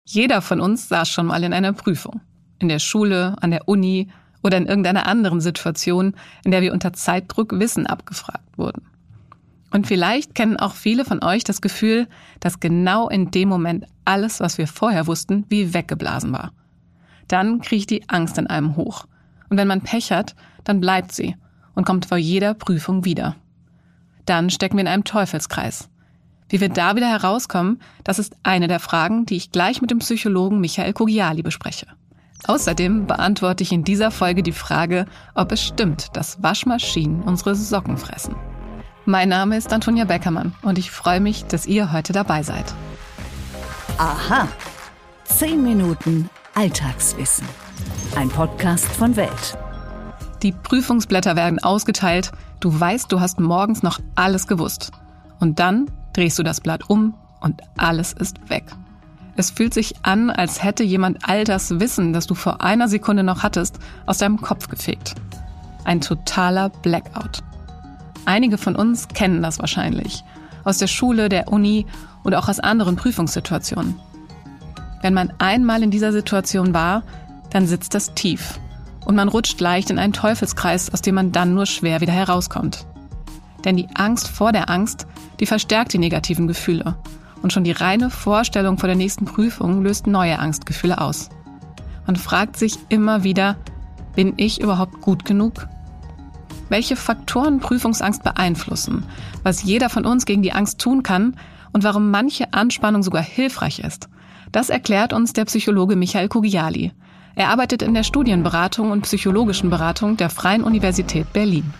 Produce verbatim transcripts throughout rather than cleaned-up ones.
Jeder von uns saß schon mal in einer Prüfung. In der Schule, an der Uni oder in irgendeiner anderen Situation, in der wir unter Zeitdruck Wissen abgefragt wurden. Und vielleicht kennen auch viele von euch das Gefühl, dass genau in dem Moment alles, was wir vorher wussten, wie weggeblasen war. Dann kriecht die Angst in einem hoch. Und wenn man Pech hat, dann bleibt sie und kommt vor jeder Prüfung wieder. Dann stecken wir in einem Teufelskreis. Wie wir da wieder herauskommen, das ist eine der Fragen, die ich gleich mit dem Psychologen Michael Cuggiali bespreche. Außerdem beantworte ich in dieser Folge die Frage, ob es stimmt, dass Waschmaschinen unsere Socken fressen. Mein Name ist Antonia Beckermann und ich freue mich, dass ihr heute dabei seid. Aha, zehn Minuten Alltagswissen. Ein Podcast von Welt. Die Prüfungsblätter werden ausgeteilt, du weißt, du hast morgens noch alles gewusst. Und dann drehst du das Blatt um und alles ist weg. Es fühlt sich an, als hätte jemand all das Wissen, das du vor einer Sekunde noch hattest, aus deinem Kopf gefegt. Ein totaler Blackout. Einige von uns kennen das wahrscheinlich. Aus der Schule, der Uni oder auch aus anderen Prüfungssituationen. Wenn man einmal in dieser Situation war, dann sitzt das tief. Und man rutscht leicht in einen Teufelskreis, aus dem man dann nur schwer wieder herauskommt. Denn die Angst vor der Angst, die verstärkt die negativen Gefühle. Und schon die reine Vorstellung vor der nächsten Prüfung löst neue Angstgefühle aus. Man fragt sich immer wieder, bin ich überhaupt gut genug? Welche Faktoren Prüfungsangst beeinflussen, was jeder von uns gegen die Angst tun kann und warum manche Anspannung sogar hilfreich ist, das erklärt uns der Psychologe Michael Cuggiali. Er arbeitet in der Studienberatung und psychologischen Beratung der Freien Universität Berlin.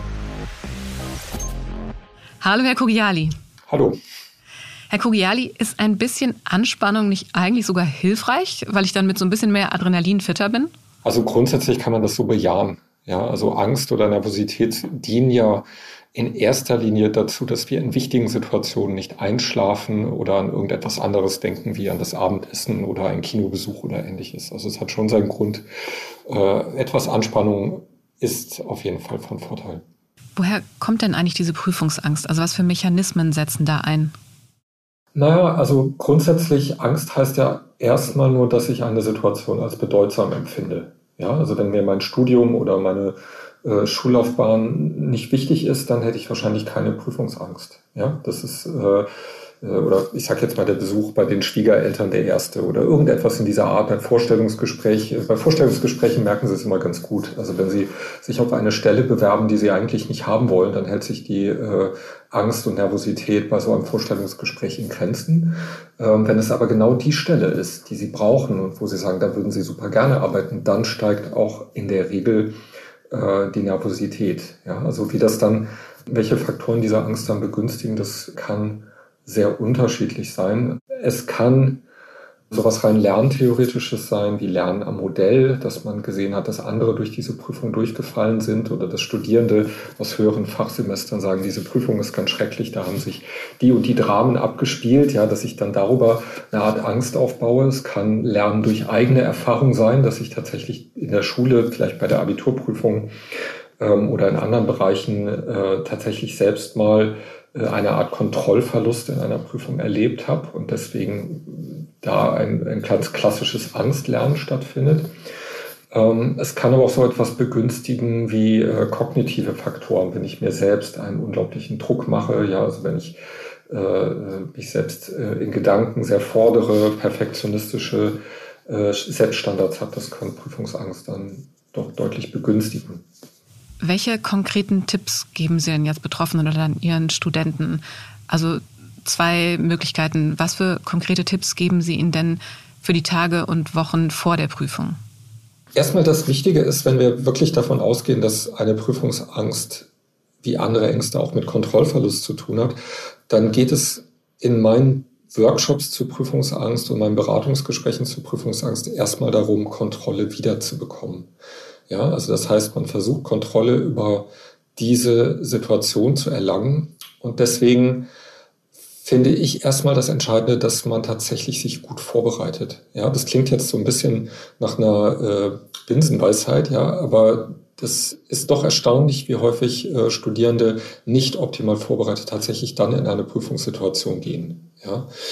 Hallo, Herr Cuggiali. Hallo. Herr Cuggiali, ist ein bisschen Anspannung nicht eigentlich sogar hilfreich, weil ich dann mit so ein bisschen mehr Adrenalin fitter bin? Also grundsätzlich kann man das so bejahen. Ja, also Angst oder Nervosität dienen ja in erster Linie dazu, dass wir in wichtigen Situationen nicht einschlafen oder an irgendetwas anderes denken, wie an das Abendessen oder einen Kinobesuch oder ähnliches. Also es hat schon seinen Grund. Äh, etwas Anspannung ist auf jeden Fall von Vorteil. Woher kommt denn eigentlich diese Prüfungsangst? Also was für Mechanismen setzen da ein? Naja, also grundsätzlich Angst heißt ja erstmal nur, dass ich eine Situation als bedeutsam empfinde. Ja, also wenn mir mein Studium oder meine äh, Schullaufbahn nicht wichtig ist, dann hätte ich wahrscheinlich keine Prüfungsangst. Ja, das ist äh, oder ich sage jetzt mal der Besuch bei den Schwiegereltern der erste oder irgendetwas in dieser Art, ein Vorstellungsgespräch. Bei Vorstellungsgesprächen merken Sie es immer ganz gut. Also wenn Sie sich auf eine Stelle bewerben, die Sie eigentlich nicht haben wollen, dann hält sich die äh, Angst und Nervosität bei so einem Vorstellungsgespräch in Grenzen. Ähm, wenn es aber genau die Stelle ist, die Sie brauchen und wo Sie sagen, da würden Sie super gerne arbeiten, dann steigt auch in der Regel äh, die Nervosität. Ja, also wie das dann, welche Faktoren diese Angst dann begünstigen, das kann sehr unterschiedlich sein. Es kann sowas rein Lerntheoretisches sein, wie Lernen am Modell, dass man gesehen hat, dass andere durch diese Prüfung durchgefallen sind oder dass Studierende aus höheren Fachsemestern sagen, diese Prüfung ist ganz schrecklich, da haben sich die und die Dramen abgespielt, ja, dass ich dann darüber eine Art Angst aufbaue. Es kann Lernen durch eigene Erfahrung sein, dass ich tatsächlich in der Schule, vielleicht bei der Abiturprüfung ähm, oder in anderen Bereichen äh, tatsächlich selbst mal eine Art Kontrollverlust in einer Prüfung erlebt habe und deswegen da ein, ein ganz klassisches Angstlernen stattfindet. Ähm, es kann aber auch so etwas begünstigen wie äh, kognitive Faktoren, wenn ich mir selbst einen unglaublichen Druck mache, ja, also wenn ich äh, mich selbst äh, in Gedanken sehr fordere, perfektionistische äh, Selbststandards habe, das kann Prüfungsangst dann doch deutlich begünstigen. Welche konkreten Tipps geben Sie denn jetzt Betroffenen oder dann Ihren Studenten? Also zwei Möglichkeiten. Was für konkrete Tipps geben Sie ihnen denn für die Tage und Wochen vor der Prüfung? Erstmal das Wichtige ist, wenn wir wirklich davon ausgehen, dass eine Prüfungsangst wie andere Ängste auch mit Kontrollverlust zu tun hat, dann geht es in meinen Workshops zur Prüfungsangst und meinen Beratungsgesprächen zur Prüfungsangst erstmal darum, Kontrolle wiederzubekommen. Ja, also das heißt, man versucht Kontrolle über diese Situation zu erlangen und deswegen finde ich erstmal das Entscheidende, dass man tatsächlich sich gut vorbereitet. Ja, das klingt jetzt so ein bisschen nach einer äh, Binsenweisheit, ja, aber das ist doch erstaunlich, wie häufig äh, Studierende nicht optimal vorbereitet tatsächlich dann in eine Prüfungssituation gehen. Ja.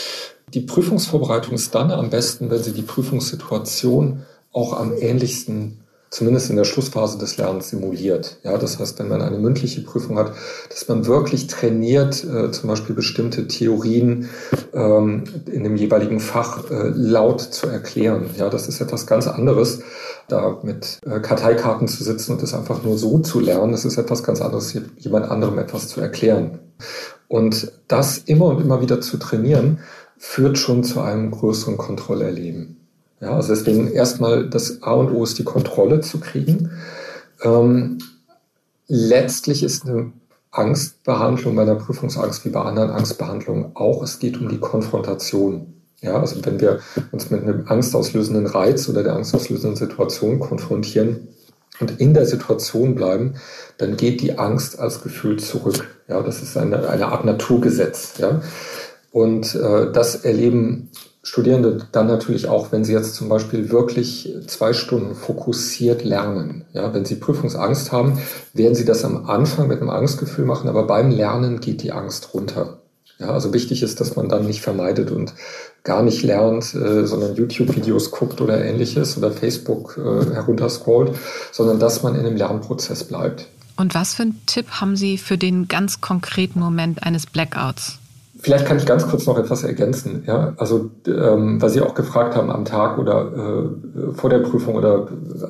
Die Prüfungsvorbereitung ist dann am besten, wenn Sie die Prüfungssituation auch am ähnlichsten, zumindest in der Schlussphase des Lernens, simuliert. Ja, das heißt, wenn man eine mündliche Prüfung hat, dass man wirklich trainiert, äh, zum Beispiel bestimmte Theorien ähm, in dem jeweiligen Fach äh, laut zu erklären. Ja, das ist etwas ganz anderes, da mit äh, Karteikarten zu sitzen und das einfach nur so zu lernen. Das ist etwas ganz anderes, jemand anderem etwas zu erklären. Und das immer und immer wieder zu trainieren, führt schon zu einem größeren Kontrollerleben. Ja, also deswegen erstmal das A und O ist, die Kontrolle zu kriegen. Ähm, letztlich ist eine Angstbehandlung bei einer Prüfungsangst wie bei anderen Angstbehandlungen auch, es geht um die Konfrontation. Ja, also wenn wir uns mit einem angstauslösenden Reiz oder der angstauslösenden Situation konfrontieren und in der Situation bleiben, dann geht die Angst als Gefühl zurück. Ja, das ist eine, eine Art Naturgesetz. Ja, und äh, das erleben Studierende dann natürlich auch, wenn sie jetzt zum Beispiel wirklich zwei Stunden fokussiert lernen. Ja, wenn sie Prüfungsangst haben, werden sie das am Anfang mit einem Angstgefühl machen, aber beim Lernen geht die Angst runter. Ja, also wichtig ist, dass man dann nicht vermeidet und gar nicht lernt, äh, sondern YouTube-Videos guckt oder Ähnliches oder Facebook äh, herunterscrollt, sondern dass man in dem Lernprozess bleibt. Und was für einen Tipp haben Sie für den ganz konkreten Moment eines Blackouts? Vielleicht kann ich ganz kurz noch etwas ergänzen. Ja, also ähm, weil Sie auch gefragt haben am Tag oder äh, vor der Prüfung oder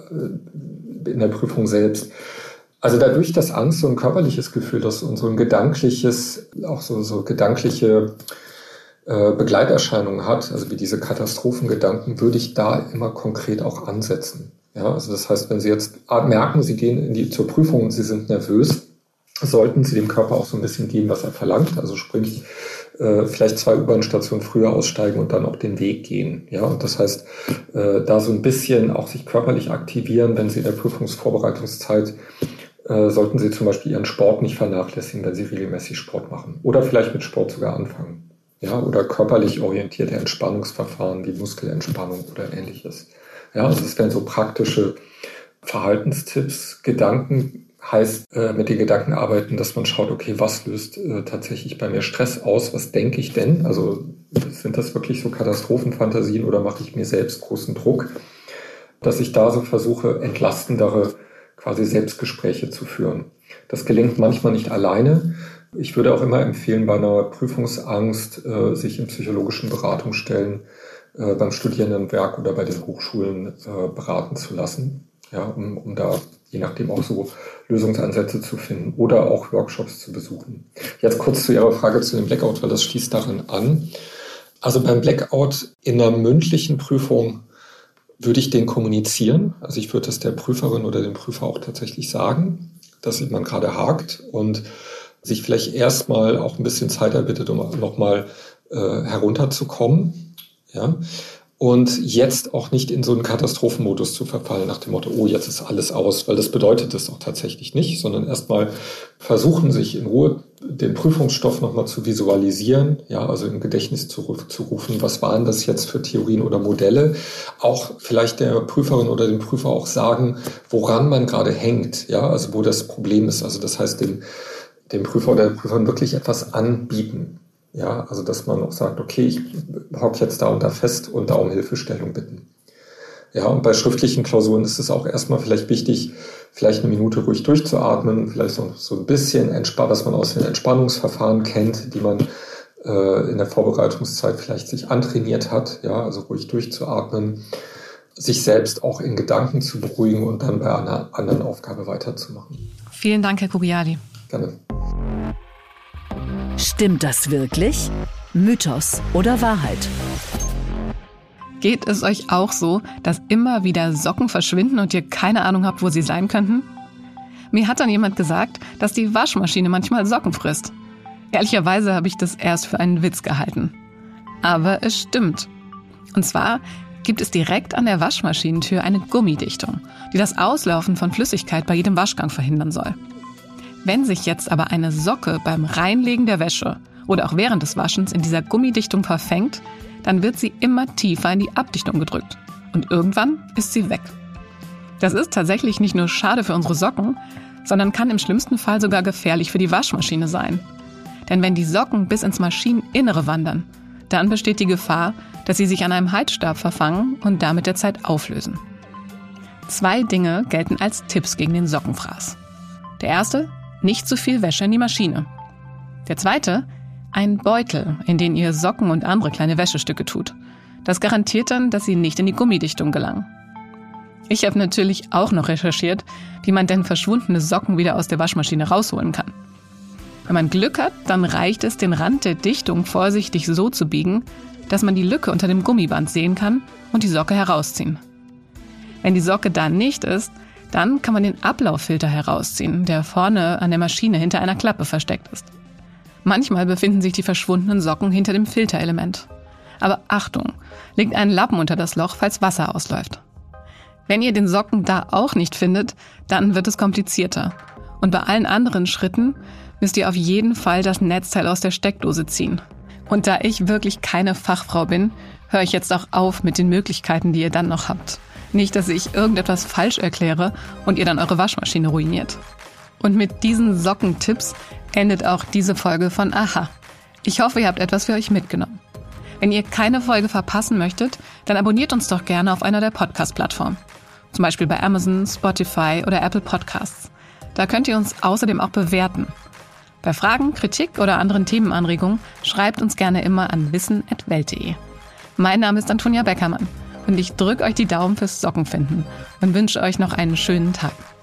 äh, in der Prüfung selbst. Also dadurch, dass Angst so ein körperliches Gefühl ist und so ein gedankliches, auch so, so gedankliche äh, Begleiterscheinungen hat, also wie diese Katastrophengedanken, würde ich da immer konkret auch ansetzen. Ja, also das heißt, wenn Sie jetzt merken, Sie gehen in die, zur Prüfung und Sie sind nervös, sollten Sie dem Körper auch so ein bisschen geben, was er verlangt. Also sprich, äh, vielleicht zwei U-Bahn-Stationen früher aussteigen und dann auch den Weg gehen. Ja, und das heißt, äh, da so ein bisschen auch sich körperlich aktivieren, wenn Sie in der Prüfungsvorbereitungszeit äh, sollten Sie zum Beispiel Ihren Sport nicht vernachlässigen, wenn Sie regelmäßig Sport machen. Oder vielleicht mit Sport sogar anfangen. Ja, oder körperlich orientierte Entspannungsverfahren wie Muskelentspannung oder Ähnliches. Ja, also das wären so praktische Verhaltenstipps, Gedanken, heißt äh, mit den Gedanken arbeiten, dass man schaut, okay, was löst äh, tatsächlich bei mir Stress aus? Was denke ich denn? Also sind das wirklich so Katastrophenfantasien oder mache ich mir selbst großen Druck? Dass ich da so versuche, entlastendere quasi Selbstgespräche zu führen. Das gelingt manchmal nicht alleine. Ich würde auch immer empfehlen, bei einer Prüfungsangst äh, sich in psychologischen Beratungsstellen äh, beim Studierendenwerk oder bei den Hochschulen äh, beraten zu lassen. Ja, um, um da je nachdem auch so Lösungsansätze zu finden oder auch Workshops zu besuchen. Jetzt kurz zu Ihrer Frage zu dem Blackout, weil das schließt darin an. Also beim Blackout in einer mündlichen Prüfung würde ich den kommunizieren. Also ich würde das der Prüferin oder dem Prüfer auch tatsächlich sagen, dass man gerade hakt und sich vielleicht erstmal auch ein bisschen Zeit erbittet, um nochmal äh, herunterzukommen. Ja. Und jetzt auch nicht in so einen Katastrophenmodus zu verfallen, nach dem Motto, oh, jetzt ist alles aus, weil das bedeutet es auch tatsächlich nicht, sondern erstmal versuchen, sich in Ruhe den Prüfungsstoff nochmal zu visualisieren, ja, also im Gedächtnis zurückzurufen, was waren das jetzt für Theorien oder Modelle, auch vielleicht der Prüferin oder dem Prüfer auch sagen, woran man gerade hängt, ja, also wo das Problem ist, also das heißt, dem, dem Prüfer oder der Prüferin wirklich etwas anbieten. Ja, also dass man auch sagt, okay, ich hocke jetzt da und da fest und da um Hilfestellung bitten. Ja, und bei schriftlichen Klausuren ist es auch erstmal vielleicht wichtig, vielleicht eine Minute ruhig durchzuatmen, vielleicht so, so ein bisschen entspannt, was man aus den Entspannungsverfahren kennt, die man äh, in der Vorbereitungszeit vielleicht sich antrainiert hat. Ja, also ruhig durchzuatmen, sich selbst auch in Gedanken zu beruhigen und dann bei einer anderen Aufgabe weiterzumachen. Vielen Dank, Herr Kugiadi. Gerne. Stimmt das wirklich? Mythos oder Wahrheit? Geht es euch auch so, dass immer wieder Socken verschwinden und ihr keine Ahnung habt, wo sie sein könnten? Mir hat dann jemand gesagt, dass die Waschmaschine manchmal Socken frisst. Ehrlicherweise habe ich das erst für einen Witz gehalten. Aber es stimmt. Und zwar gibt es direkt an der Waschmaschinentür eine Gummidichtung, die das Auslaufen von Flüssigkeit bei jedem Waschgang verhindern soll. Wenn sich jetzt aber eine Socke beim Reinlegen der Wäsche oder auch während des Waschens in dieser Gummidichtung verfängt, dann wird sie immer tiefer in die Abdichtung gedrückt und irgendwann ist sie weg. Das ist tatsächlich nicht nur schade für unsere Socken, sondern kann im schlimmsten Fall sogar gefährlich für die Waschmaschine sein. Denn wenn die Socken bis ins Maschineninnere wandern, dann besteht die Gefahr, dass sie sich an einem Heizstab verfangen und damit der Zeit auflösen. Zwei Dinge gelten als Tipps gegen den Sockenfraß. Der erste, nicht zu viel Wäsche in die Maschine. Der zweite, ein Beutel, in den ihr Socken und andere kleine Wäschestücke tut. Das garantiert dann, dass sie nicht in die Gummidichtung gelangen. Ich habe natürlich auch noch recherchiert, wie man denn verschwundene Socken wieder aus der Waschmaschine rausholen kann. Wenn man Glück hat, dann reicht es, den Rand der Dichtung vorsichtig so zu biegen, dass man die Lücke unter dem Gummiband sehen kann und die Socke herausziehen. Wenn die Socke da nicht ist, dann kann man den Ablauffilter herausziehen, der vorne an der Maschine hinter einer Klappe versteckt ist. Manchmal befinden sich die verschwundenen Socken hinter dem Filterelement. Aber Achtung, legt einen Lappen unter das Loch, falls Wasser ausläuft. Wenn ihr den Socken da auch nicht findet, dann wird es komplizierter. Und bei allen anderen Schritten müsst ihr auf jeden Fall das Netzteil aus der Steckdose ziehen. Und da ich wirklich keine Fachfrau bin, höre ich jetzt auch auf mit den Möglichkeiten, die ihr dann noch habt. Nicht, dass ich irgendetwas falsch erkläre und ihr dann eure Waschmaschine ruiniert. Und mit diesen Sockentipps endet auch diese Folge von Aha. Ich hoffe, ihr habt etwas für euch mitgenommen. Wenn ihr keine Folge verpassen möchtet, dann abonniert uns doch gerne auf einer der Podcast-Plattformen. Zum Beispiel bei Amazon, Spotify oder Apple Podcasts. Da könnt ihr uns außerdem auch bewerten. Bei Fragen, Kritik oder anderen Themenanregungen schreibt uns gerne immer an wissen at welt punkt de. Mein Name ist Antonia Beckermann und ich drücke euch die Daumen fürs Sockenfinden und wünsche euch noch einen schönen Tag.